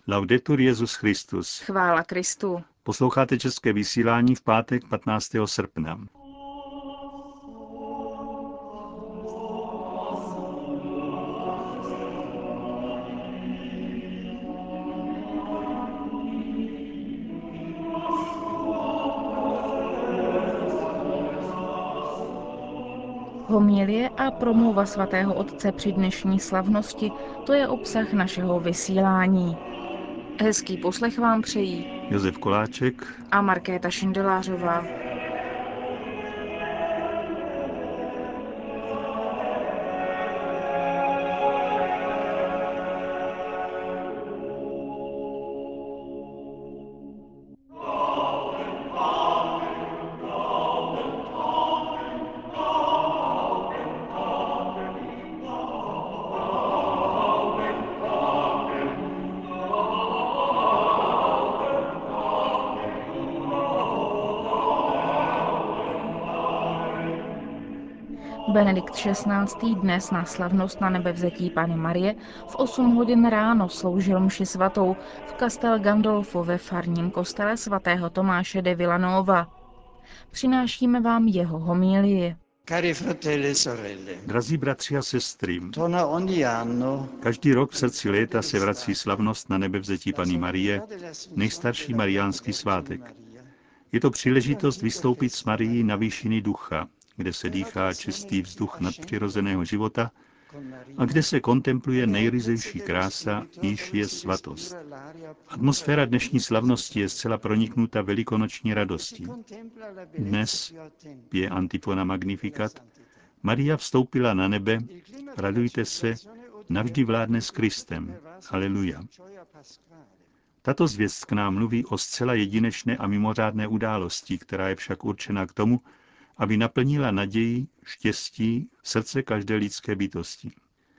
Laudetur Jesus Christus. Chvála Kristu. Posloucháte české vysílání v pátek 15. srpna. Homilie a promluva svatého otce při dnešní slavnosti, to je obsah našeho vysílání. Hezký poslech vám přejí Josef Koláček a Markéta Šindelářová. Benedikt XVI. Dnes na slavnost na nebevzetí Panny Marie v 8 hodin ráno sloužil mši svatou v Castel Gandolfo ve farním kostele svatého Tomáše de Villanova. Přinášíme vám jeho homílii. Cari fratelli e sorelle, Drazí bratři a sestry, torna ogni anno každý rok v srdci léta se vrací slavnost na nebevzetí Panny Marie, nejstarší mariánský svátek. Je to příležitost vystoupit s Marií na výšiny ducha, kde se dýchá čistý vzduch nadpřirozeného života a kde se kontempluje nejryzejší krása, jíž je svatost. Atmosféra dnešní slavnosti je zcela proniknuta velikonoční radostí. Dnes, je antifona Magnificat, Maria vstoupila na nebe, radujte se, navždy vládne s Kristem. Haleluja. Tato zvěst k nám mluví o zcela jedinečné a mimořádné události, která je však určena k tomu, aby naplnila naději, štěstí srdce každé lidské bytosti.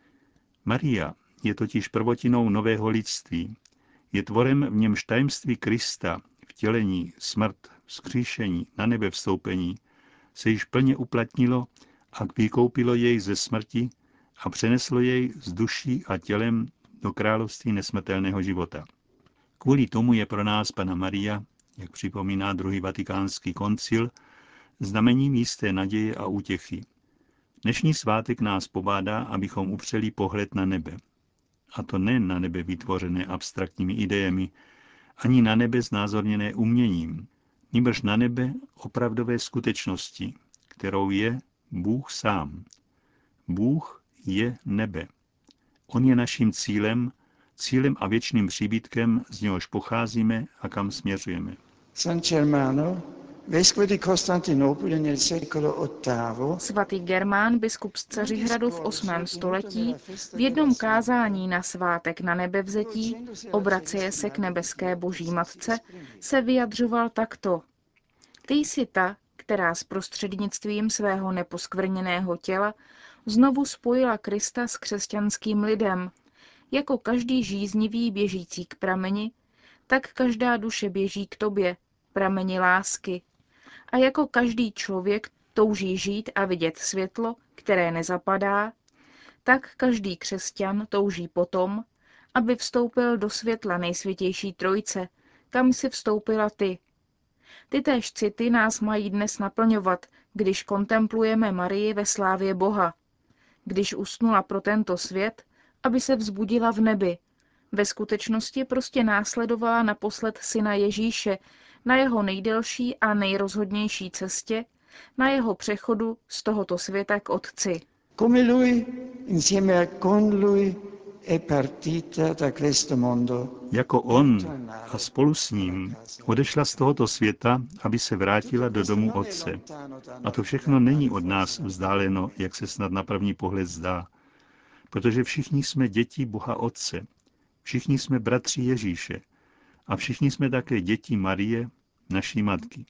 Maria je totiž prvotinou nového lidství. Je tvorem, v němž tajemství Krista, vtělení, smrt, vzkříšení, na nebe vstoupení, se již plně uplatnilo a vykoupilo jej ze smrti a přeneslo jej s duší a tělem do království nesmrtelného života. Kvůli tomu je pro nás Panna Maria, jak připomíná druhý vatikánský koncil, znamením jisté naděje a útěchy. Dnešní svátek nás pobádá, abychom upřeli pohled na nebe. A to ne na nebe vytvořené abstraktními idejemi, ani na nebe znázorněné uměním, nýbrž na nebe opravdové skutečnosti, kterou je Bůh sám. Bůh je nebe. On je naším cílem a věčným příbytkem, z něhož pocházíme a kam směřujeme. San Germano, vescovo di Costantinopoli nel secolo VIII, Svatý Germán, biskup z Cařihradu v 8. století, v jednom kázání na svátek na nebevzetí, obraceje se k nebeské Boží Matce, se vyjadřoval takto. Ty jsi ta, která s prostřednictvím svého neposkvrněného těla znovu spojila Krista s křesťanským lidem. Jako každý žíznivý běžící k prameni, tak každá duše běží k tobě, prameni lásky. A jako každý člověk touží žít a vidět světlo, které nezapadá, tak každý křesťan touží potom, aby vstoupil do světla nejsvětější Trojice, kam si vstoupila ty. Tytéž city nás mají dnes naplňovat, když kontemplujeme Marii ve slávě Boha. Když usnula pro tento svět, aby se vzbudila v nebi. Ve skutečnosti prostě následovala naposled syna Ježíše na jeho nejdelší a nejrozhodnější cestě, na jeho přechodu z tohoto světa k Otci. come lui, insieme con lui, è partita da questo mondo. Jako on a spolu s ním odešla z tohoto světa, aby se vrátila do domu Otce. A to všechno není od nás vzdáleno, jak se snad na první pohled zdá. Protože všichni jsme děti Boha Otce. Všichni jsme bratři Ježíše. A všichni jsme také děti Marie, naší matky.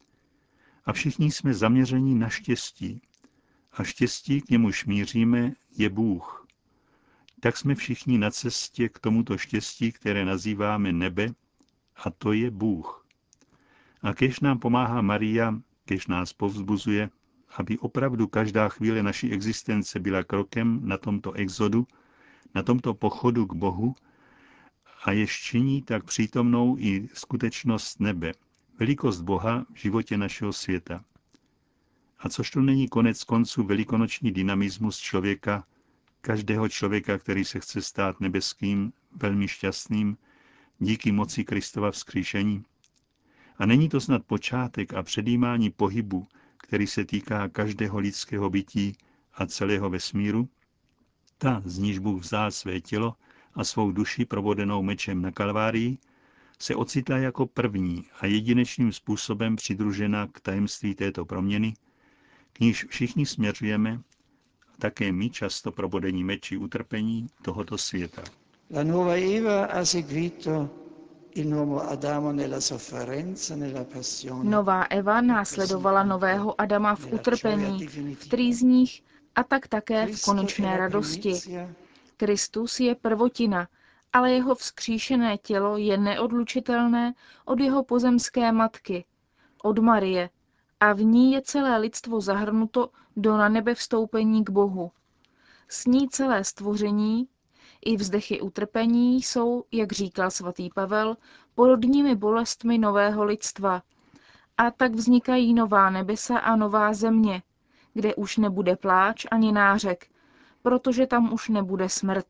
A všichni jsme zaměření na štěstí. A štěstí, k němuž míříme, je Bůh. Tak jsme všichni na cestě k tomuto štěstí, které nazýváme nebe, a to je Bůh. A kéž nám pomáhá Maria, kéž nás povzbuzuje, aby opravdu každá chvíle naší existence byla krokem na tomto exodu, na tomto pochodu k Bohu, a jež činí tak přítomnou i skutečnost nebe, velikost Boha v životě našeho světa. A což to není konec konců velikonoční dynamismus člověka, každého člověka, který se chce stát nebeským, velmi šťastným, díky moci Kristova vzkříšení? A není to snad počátek a předjímání pohybu, který se týká každého lidského bytí a celého vesmíru? Ta, z níž Bůh vzal své tělo a svou duši probodenou mečem na Kalvárii, se ocitla jako první a jedinečným způsobem přidružena k tajemství této proměny, k níž všichni směřujeme, také my často probodení meči utrpení tohoto světa. La nuova Eva ha seguito il nuovo Adamo nella sofferenza, nella passione. Nová Eva následovala nového Adama v utrpení, v trýzních a tak také v konečné radosti. Kristus je prvotina, ale jeho vzkříšené tělo je neodlučitelné od jeho pozemské matky, od Marie, a v ní je celé lidstvo zahrnuto do na nebe vstoupení k Bohu. S ní celé stvoření, i vzdechy utrpení jsou, jak říkal svatý Pavel, porodními bolestmi nového lidstva. A tak vznikají nová nebesa a nová země, kde už nebude pláč ani nářek, protože tam už nebude smrt.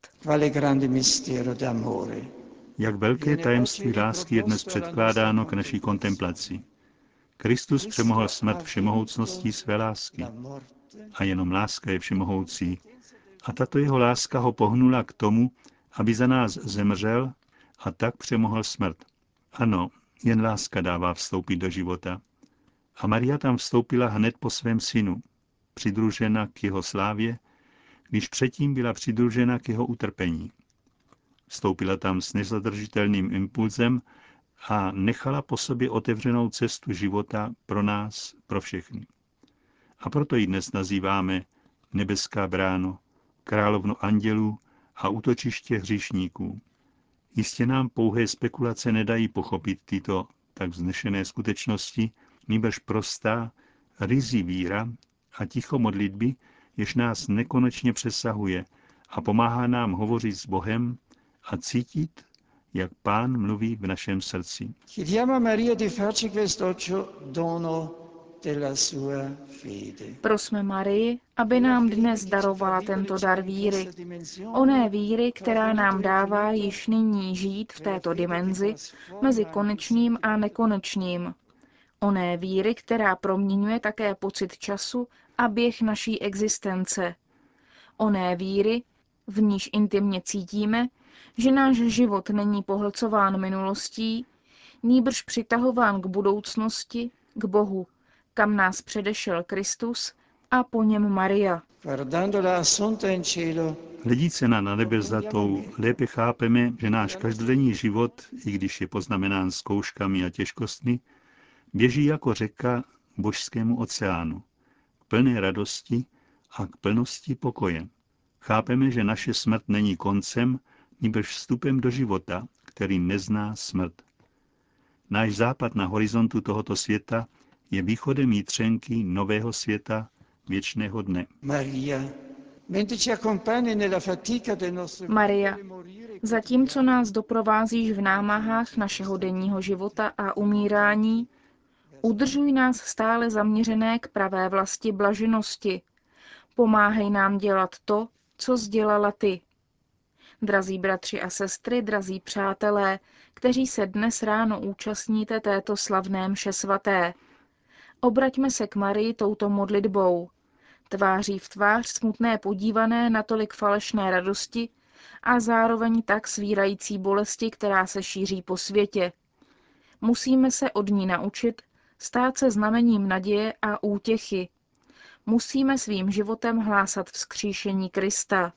Jak velké tajemství lásky je dnes předkládáno k naší kontemplaci. Kristus přemohl smrt všemohoucností své lásky. A jenom láska je všemohoucí. A tato jeho láska ho pohnula k tomu, aby za nás zemřel a tak přemohl smrt. Ano, jen láska dává vstoupit do života. A Maria tam vstoupila hned po svém synu, přidružena k jeho slávě, když předtím byla přidružena k jeho utrpení. Vstoupila tam s nezadržitelným impulzem a nechala po sobě otevřenou cestu života pro nás, pro všechny. A proto ji dnes nazýváme nebeská bráno, královnu andělů a útočiště hříšníků. Jistě nám pouhé spekulace nedají pochopit tyto tak vznešené skutečnosti, nýbrž prostá, ryzí víra a ticho modlitby, jež nás nekonečně přesahuje a pomáhá nám hovořit s Bohem a cítit, jak Pán mluví v našem srdci. Prosme Marii, aby nám dnes darovala tento dar víry. Oné víry, která nám dává již nyní žít v této dimenzi mezi konečným a nekonečným. Oné víry, která proměňuje také pocit času a běh naší existence. Oné víry, v níž intimně cítíme, že náš život není pohlcován minulostí, nýbrž přitahován k budoucnosti, k Bohu, kam nás předešel Kristus a po něm Maria. Hledíc se na nebe zlatou, lépe chápeme, že náš každodenní život, i když je poznamenán zkouškami a těžkostmi, běží jako řeka božskému oceánu, k plné radosti a k plnosti pokoje. Chápeme, že naše smrt není koncem, nýbrž vstupem do života, který nezná smrt. Náš západ na horizontu tohoto světa je východem jitřenky nového světa, věčného dne. Maria, zatímco nás doprovázíš v námahách našeho denního života a umírání, udržuj nás stále zaměřené k pravé vlasti blaženosti. Pomáhej nám dělat to, co sdělala ty. Drazí bratři a sestry, drazí přátelé, kteří se dnes ráno účastníte této slavné mše svaté. Obraťme se k Marii touto modlitbou. Tváří v tvář smutné podívané na tolik falešné radosti a zároveň tak svírající bolesti, která se šíří po světě. Musíme se od ní naučit stát se znamením naděje a útěchy. Musíme svým životem hlásat vzkříšení Krista.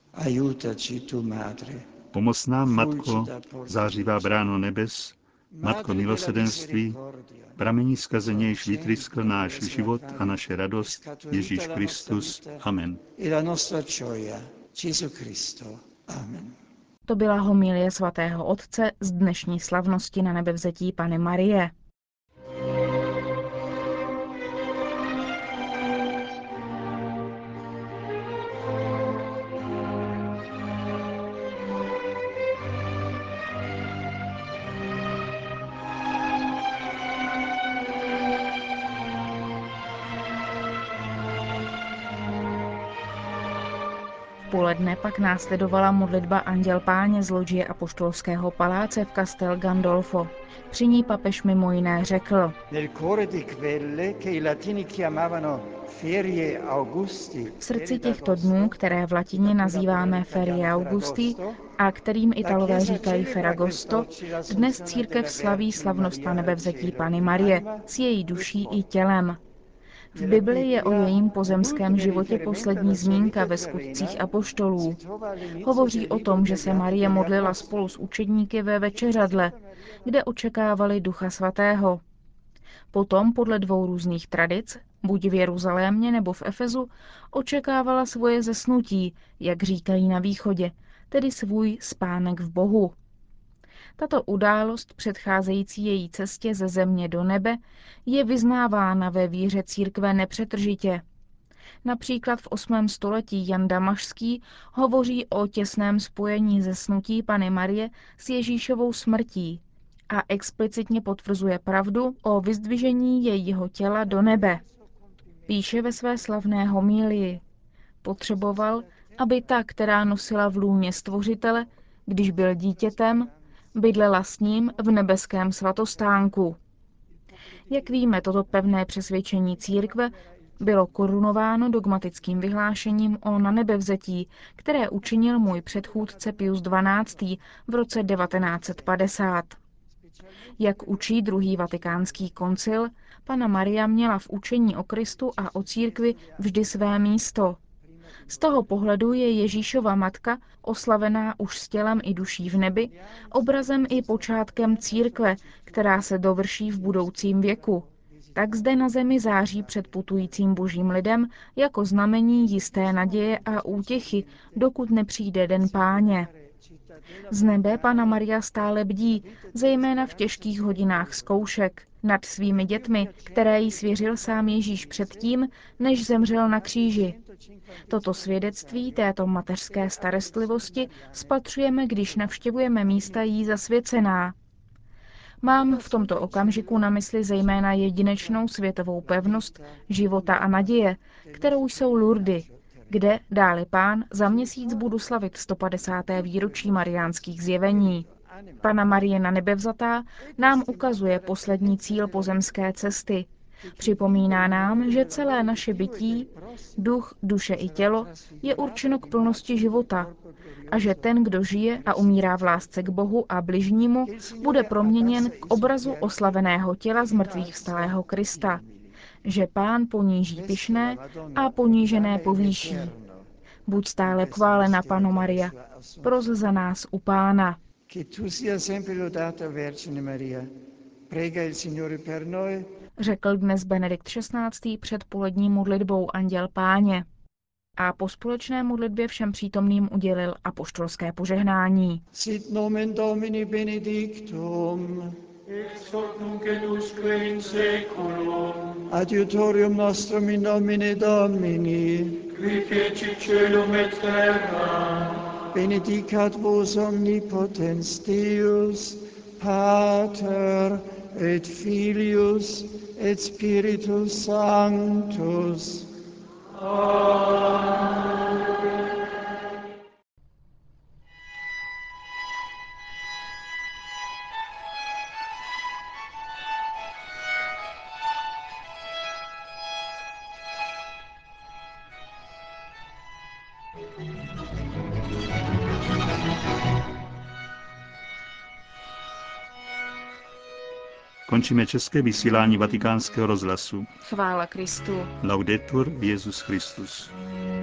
Pomoz nám, Matko, zářivá bráno nebes, Matko milosrdenství, pramení skrze nějž vytryskl náš život a naše radost, Ježíš Kristus. Amen. To byla homilie svatého otce z dnešní slavnosti na nebevzetí Panny Marie. poledne pak následovala modlitba Anděl Páně z loďie apoštolského paláce v Castel Gandolfo. Při ní papež mimo jiné řekl: v srdci těchto dnů, které v latině nazýváme Ferie Augusti a kterým Italové říkají Ferragosto, dnes církev slaví slavnost Nanebevzetí Panny Marie s její duší i tělem. V Bibli je o jejím pozemském životě poslední zmínka ve Skutcích apoštolů. Hovoří o tom, že se Marie modlila spolu s učedníky ve večeřadle, kde očekávali Ducha Svatého. Potom podle dvou různých tradic, buď v Jeruzalémě nebo v Efezu, očekávala svoje zesnutí, jak říkají na východě, tedy svůj spánek v Bohu. Tato událost předcházející její cestě ze země do nebe je vyznávána ve víře církve nepřetržitě. Například v 8. století Jan Damašský hovoří o těsném spojení zesnutí Panny Marie s Ježíšovou smrtí a explicitně potvrzuje pravdu o vyzdvižení jejího těla do nebe. Píše ve své slavné homílii: potřeboval, aby ta, která nosila v lůně Stvořitele, když byl dítětem, bydlela s ním v nebeském svatostánku. Jak víme, toto pevné přesvědčení církve bylo korunováno dogmatickým vyhlášením o nanebevzetí, které učinil můj předchůdce Pius XII. V roce 1950. Jak učí druhý vatikánský koncil, Panna Maria měla v učení o Kristu a o církvi vždy své místo. Z toho pohledu je Ježíšova matka, oslavená už s tělem i duší v nebi, obrazem i počátkem církve, která se dovrší v budoucím věku. Tak zde na zemi září před putujícím božím lidem jako znamení jisté naděje a útěchy, dokud nepřijde den Páně. Z nebe Panna Maria stále bdí, zejména v těžkých hodinách zkoušek, nad svými dětmi, které jí svěřil sám Ježíš předtím, než zemřel na kříži. Toto svědectví této mateřské starostlivosti spatřujeme, když navštěvujeme místa jí zasvěcená. Mám v tomto okamžiku na mysli zejména jedinečnou světovou pevnost života a naděje, kterou jsou Lourdes, kde, dáli Pán, za měsíc budu slavit 150. výročí mariánských zjevení. Panna Marie Nanebevzatá nám ukazuje poslední cíl pozemské cesty. Připomíná nám, že celé naše bytí, duch, duše i tělo, je určeno k plnosti života a že ten, kdo žije a umírá v lásce k Bohu a bližnímu, bude proměněn k obrazu oslaveného těla z mrtvých vstalého Krista, že Pán poníží pyšné a ponížené povýší. Buď stále chválena, Panno Maria, pros za nás u Pána. Řekl dnes Benedikt XVI. Před polední modlitbou Anděl Páně. A po společné modlitbě všem přítomným udělil apoštolské požehnání. Sit nomen Domini benedictum. Ex hoc nunc et usque in saeculum. Adiutorium nostrum in nomine Domini. Qui fecit caelum et terra. Benedicat vos omnipotens Deus, Pater et Filius et Spiritus Sanctus. Končíme české vysílání Vatikánského rozhlasu. Chvála Kristu. Laudetur Jesus Christus.